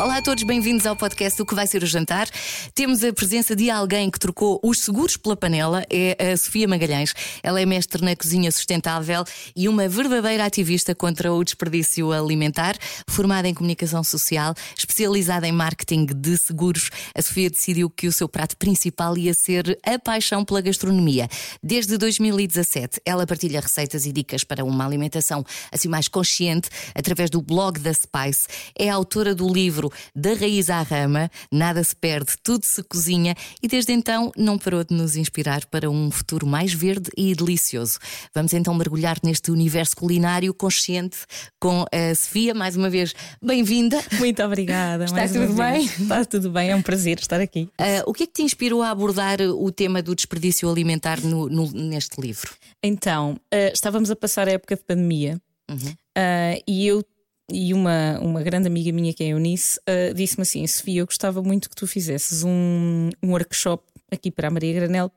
Olá a todos, bem-vindos ao podcast O Que Vai Ser o Jantar. Temos a presença de alguém que trocou os seguros pela panela, é a Sofia Magalhães. Ela é mestre na cozinha sustentável e uma verdadeira ativista contra o desperdício alimentar. Formada em comunicação social, especializada em marketing de seguros, a Sofia decidiu que o seu prato principal ia ser a paixão pela gastronomia. Desde 2017, ela partilha receitas e dicas para uma alimentação assim mais consciente através do blog da Spice. É autora do livro Da Raiz à Rama, Nada se perde, tudo se cozinha, e desde então não parou de nos inspirar para um futuro mais verde e delicioso. Vamos então mergulhar neste universo culinário consciente com a Sofia. Mais uma vez, bem-vinda. Muito obrigada. Está tudo bem? Está tudo bem, é um prazer estar aqui. O que é que te inspirou a abordar o tema do desperdício alimentar neste livro? Então, estávamos a passar a época de pandemia. E uma grande amiga minha, que é a Eunice, disse-me assim: Sofia, eu gostava muito que tu fizesses um workshop aqui para a Maria Granel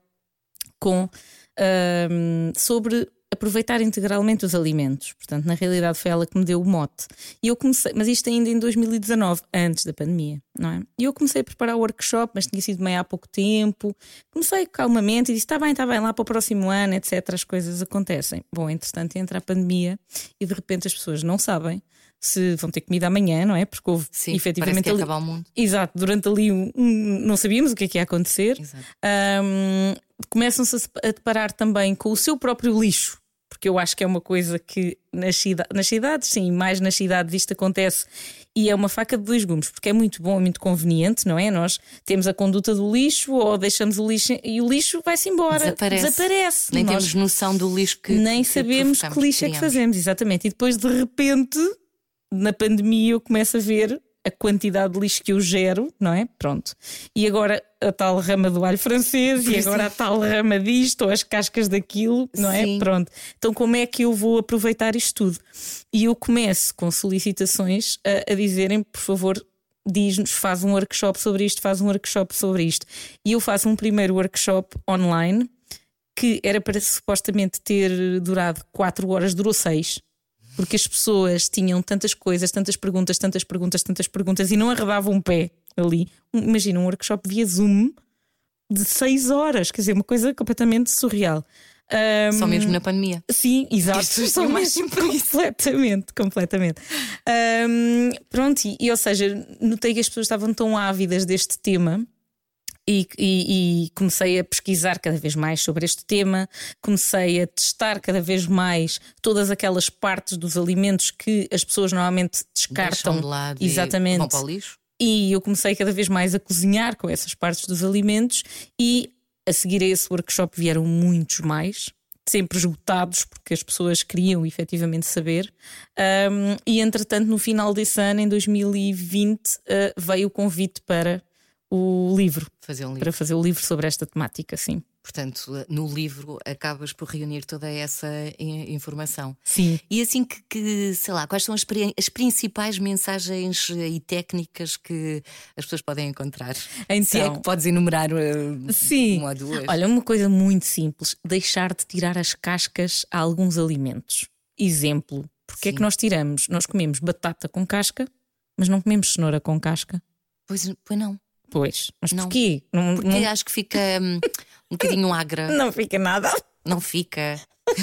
sobre aproveitar integralmente os alimentos. Portanto, na realidade foi ela que me deu o mote. E eu comecei, mas isto ainda em 2019, antes da pandemia, não é? E eu comecei a preparar o workshop, mas tinha sido meio há pouco tempo. Comecei calmamente e disse: está bem, lá para o próximo ano, etc. As coisas acontecem. Bom, entretanto entra a pandemia e de repente as pessoas não sabem se vão ter comida amanhã, não é? Porque houve efetivamente parece que ia acabar o mundo. Exato, durante ali não sabíamos o que é que ia acontecer. Começam-se a deparar também com o seu próprio lixo, porque eu acho que é uma coisa que nas cidades, sim, mais nas cidades isto acontece, e é uma faca de dois gumes, porque é muito bom, é muito conveniente, não é? Nós temos a conduta do lixo ou deixamos o lixo e o lixo vai-se embora, desaparece. Nem temos noção do lixo que nem sabemos que lixo é que fazemos, exatamente. E depois de repente, na pandemia, eu começo a ver a quantidade de lixo que eu gero, não é? Pronto. E agora a tal rama do alho francês, e agora a tal rama disto, ou as cascas daquilo, não é? Sim. Pronto. Então como é que eu vou aproveitar isto tudo? E eu começo com solicitações a dizerem: por favor, diz-nos, faz um workshop sobre isto, faz um workshop sobre isto. E eu faço um primeiro workshop online, que era para supostamente ter durado 4 horas, durou 6. Porque as pessoas tinham tantas coisas, tantas perguntas e não arredavam um pé ali. Imagina um workshop via Zoom de 6 horas, quer dizer, uma coisa completamente surreal. Só mesmo na pandemia. Sim, exato. Só mais completamente. Pronto, e ou seja, notei que as pessoas estavam tão ávidas deste tema. E comecei a pesquisar cada vez mais sobre este tema, comecei a testar cada vez mais todas aquelas partes dos alimentos que as pessoas normalmente descartam. Deixam de lado. Exatamente. E vão para o lixo. E eu comecei cada vez mais a cozinhar com essas partes dos alimentos, e a seguir a esse workshop vieram muitos mais, sempre esgotados, porque as pessoas queriam efetivamente saber. E entretanto, no final desse ano, em 2020, veio o convite para o livro, para fazer o livro sobre esta temática, sim. Portanto, no livro acabas por reunir toda essa informação. Sim. E assim que sei lá, quais são as principais mensagens e técnicas que as pessoas podem encontrar? Então, se é que podes enumerar uma ou duas. Olha, uma coisa muito simples: deixar de tirar as cascas a alguns alimentos. Exemplo, porque é que nós tiramos? Nós comemos batata com casca, mas não comemos cenoura com casca. Pois não. Pois, mas não. Porquê? Porque acho que fica um bocadinho agra. Não fica nada. Não fica.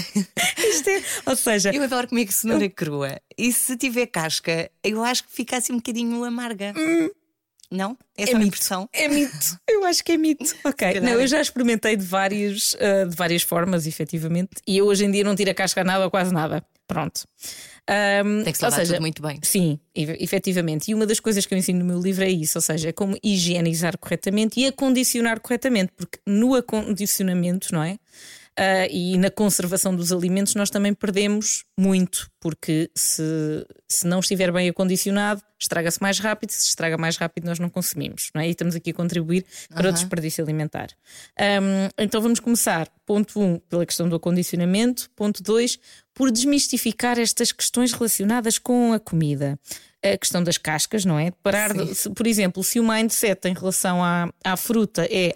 Ou seja, eu adoro comer cenoura crua, e se tiver casca, eu acho que fica assim um bocadinho amarga. Não? Essa é a impressão? É mito. Eu acho que é mito. Ok. Não, eu já experimentei de várias formas, efetivamente, e eu hoje em dia não tiro a casca a nada ou quase nada. Pronto. Tem que se lavar tudo muito bem. Sim, efetivamente. E uma das coisas que eu ensino no meu livro é isso, ou seja, é como higienizar corretamente e acondicionar corretamente, porque no acondicionamento, não é? E na conservação dos alimentos nós também perdemos muito, porque se não estiver bem acondicionado, estraga-se mais rápido. Se estraga mais rápido, nós não consumimos, não é? E estamos aqui a contribuir para o desperdício alimentar. Então vamos começar, ponto 1, pela questão do acondicionamento. Ponto 2, por desmistificar estas questões relacionadas com a comida. A questão das cascas, não é? Parar por exemplo, se o mindset em relação à fruta é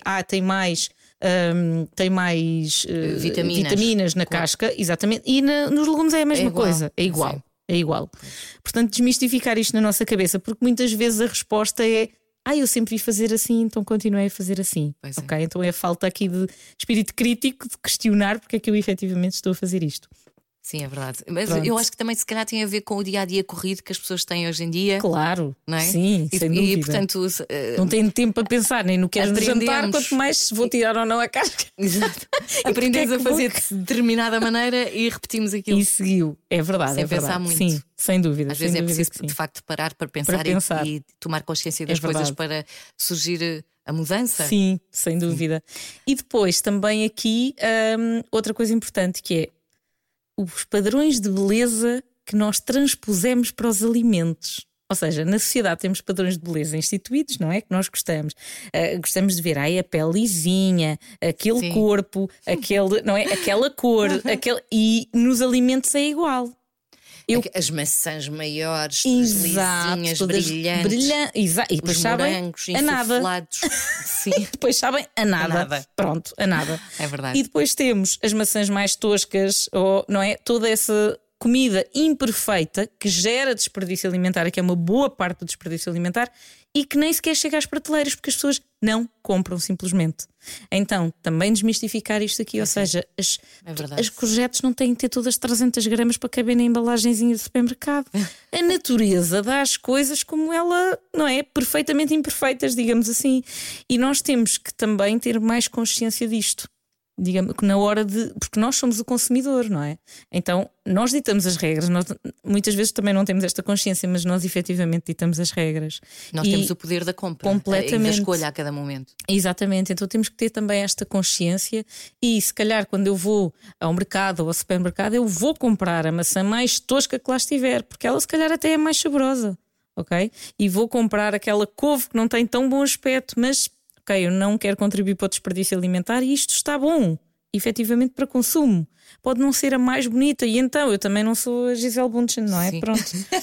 tem mais vitaminas na casca, exatamente, e nos legumes é a mesma coisa, é igual. É igual. Portanto, desmistificar isto na nossa cabeça, porque muitas vezes a resposta é: eu sempre vi fazer assim, então continuei a fazer assim. Ok? Então é a falta aqui de espírito crítico, de questionar porque é que eu efetivamente estou a fazer isto. Sim, é verdade. Mas eu acho que também se calhar tem a ver com o dia-a-dia corrido que as pessoas têm hoje em dia. Claro, não é? Sim, sem dúvida. E portanto não tenho tempo para pensar nem no que é jantar, quanto mais se vou tirar ou não a casca. Exato. Aprendemos a fazer de determinada maneira e repetimos aquilo. E seguiu, é verdade. Sem pensar muito. Sim, sem dúvida. Às vezes é preciso de facto parar para pensar. E tomar consciência das coisas para surgir a mudança. Sim, sem dúvida. E depois também aqui outra coisa importante que é os padrões de beleza que nós transpusemos para os alimentos. Ou seja, na sociedade temos padrões de beleza instituídos, não é? Que nós gostamos. Gostamos de ver a pele lisinha, aquele corpo, não é? Aquela cor, e nos alimentos é igual. As maçãs maiores, lisinhas, brilhantes, e depois sabem a nada. Sim. Depois sabem a nada. Pronto, a nada. É verdade. E depois temos as maçãs mais toscas, não é? Toda essa comida imperfeita que gera desperdício alimentar, que é uma boa parte do desperdício alimentar e que nem sequer chega às prateleiras porque as pessoas não compram simplesmente. Então, também desmistificar isto aqui, ou seja, as courgettes não têm que ter todas 300 gramas para caber na embalagenzinha do supermercado. A natureza dá as coisas como ela, não é? Perfeitamente imperfeitas, digamos assim. E nós temos que também ter mais consciência disto. Digamos que na hora porque nós somos o consumidor, não é? Então nós ditamos as regras. Nós muitas vezes também não temos esta consciência, mas nós efetivamente ditamos as regras. Nós temos o poder da compra, completamente, e da escolha a cada momento. Exatamente, então temos que ter também esta consciência. E se calhar quando eu vou ao mercado ou ao supermercado, eu vou comprar a maçã mais tosca que lá estiver, porque ela se calhar até é mais saborosa, ok? E vou comprar aquela couve que não tem tão bom aspecto, mas eu não quero contribuir para o desperdício alimentar e isto está bom, efetivamente, para consumo. Pode não ser a mais bonita, e então eu também não sou a Gisele Bündchen, não é? Sim. Pronto.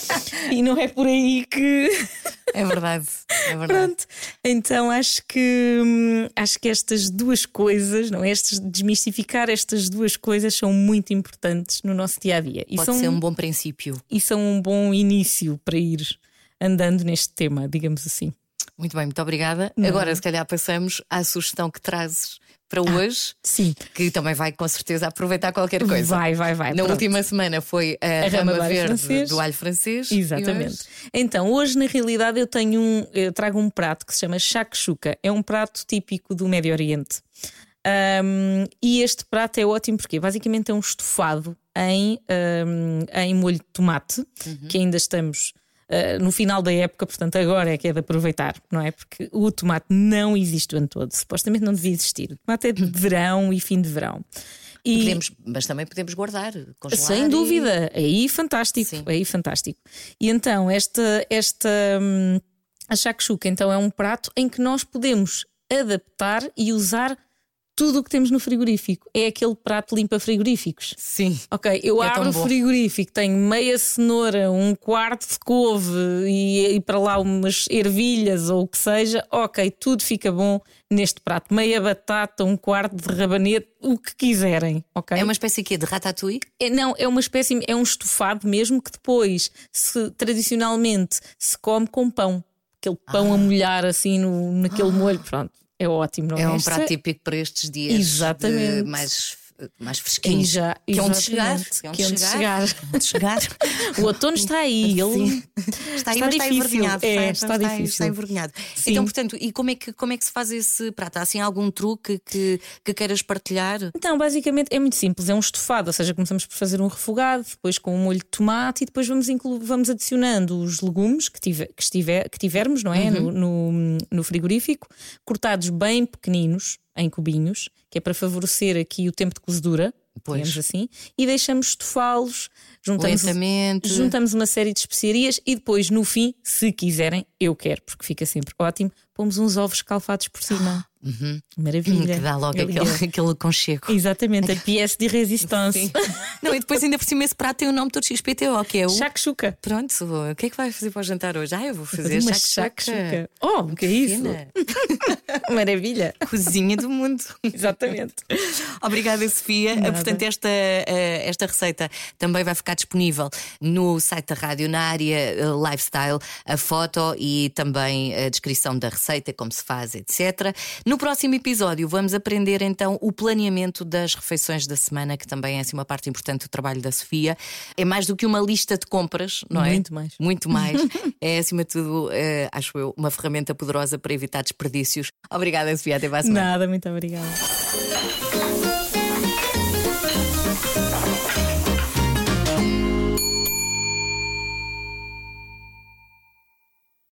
E não é por aí que. É verdade. Pronto. Então acho que estas duas coisas, não é? Desmistificar estas duas coisas são muito importantes no nosso dia a dia. Pode ser um bom princípio. E são um bom início para ir andando neste tema, digamos assim. Muito bem, muito obrigada. Agora, se calhar, passamos à sugestão que trazes para hoje. Sim. Que também vai, com certeza, aproveitar qualquer coisa. Vai. Na última semana foi a rama verde do alho francês. Exatamente. Então, hoje, na realidade, eu trago um prato que se chama shakshuka. É um prato típico do Médio Oriente. E este prato é ótimo porque basicamente é um estofado em molho de tomate, que ainda estamos no final da época, portanto agora é que é de aproveitar, não é? Porque o tomate não existe o ano todo, supostamente não devia existir. O tomate é de verão e fim de verão. Mas também podemos guardar, congelar. Sem dúvida, aí fantástico. E então a shakshuka então é um prato em que nós podemos adaptar e usar tudo o que temos no frigorífico. É aquele prato limpa frigoríficos. Sim. Ok, eu abro o frigorífico, tenho meia cenoura, um quarto de couve e para lá umas ervilhas ou o que seja. Ok, tudo fica bom neste prato. Meia batata, um quarto de rabanete, o que quiserem. Okay? É uma espécie de ratatouille? Não, é uma espécie, é um estofado mesmo que depois tradicionalmente se come com pão. Aquele pão a molhar assim naquele molho, pronto. É ótimo, não é? É um prato típico para estes dias. Exatamente. Mais fresquinhos. Que é onde chegar. O outono está aí. Ele está difícil. Está envergonhado. Então, portanto, e como é que se faz esse prato? Há assim algum truque que queiras partilhar? Então, basicamente é muito simples. É um estofado, ou seja, começamos por fazer um refogado, depois com um molho de tomate e depois vamos adicionando os legumes que tivermos, não é? No frigorífico, cortados bem pequeninos, em cubinhos, que é para favorecer aqui o tempo de cozedura, digamos assim, e deixamos estofá-los, juntamos uma série de especiarias e depois no fim, se quiserem, eu quero, porque fica sempre ótimo, pomos uns ovos escalfados por cima. Maravilha. Que dá logo aquele aconchego. Exatamente, a pièce de resistência. Não, e depois ainda por cima esse prato tem o nome todo XPTO, que é o Shakshuka. Pronto, o que é que vai fazer para o jantar hoje? Eu vou fazer uma shakshuka. Oh, o que é isso? Maravilha. Cozinha do mundo. Exatamente. Obrigada, Sofia. Portanto, esta receita também vai ficar disponível no site da rádio, na área lifestyle, a foto e também a descrição da receita, como se faz, etc. No próximo episódio vamos aprender então o planeamento das refeições da semana, que também é assim uma parte importante do trabalho da Sofia. É mais do que uma lista de compras, não é? Muito mais. Muito mais. É, acima de tudo, acho eu, uma ferramenta poderosa para evitar desperdícios. Obrigada, Sofia. Até para a semana. Nada, muito obrigada.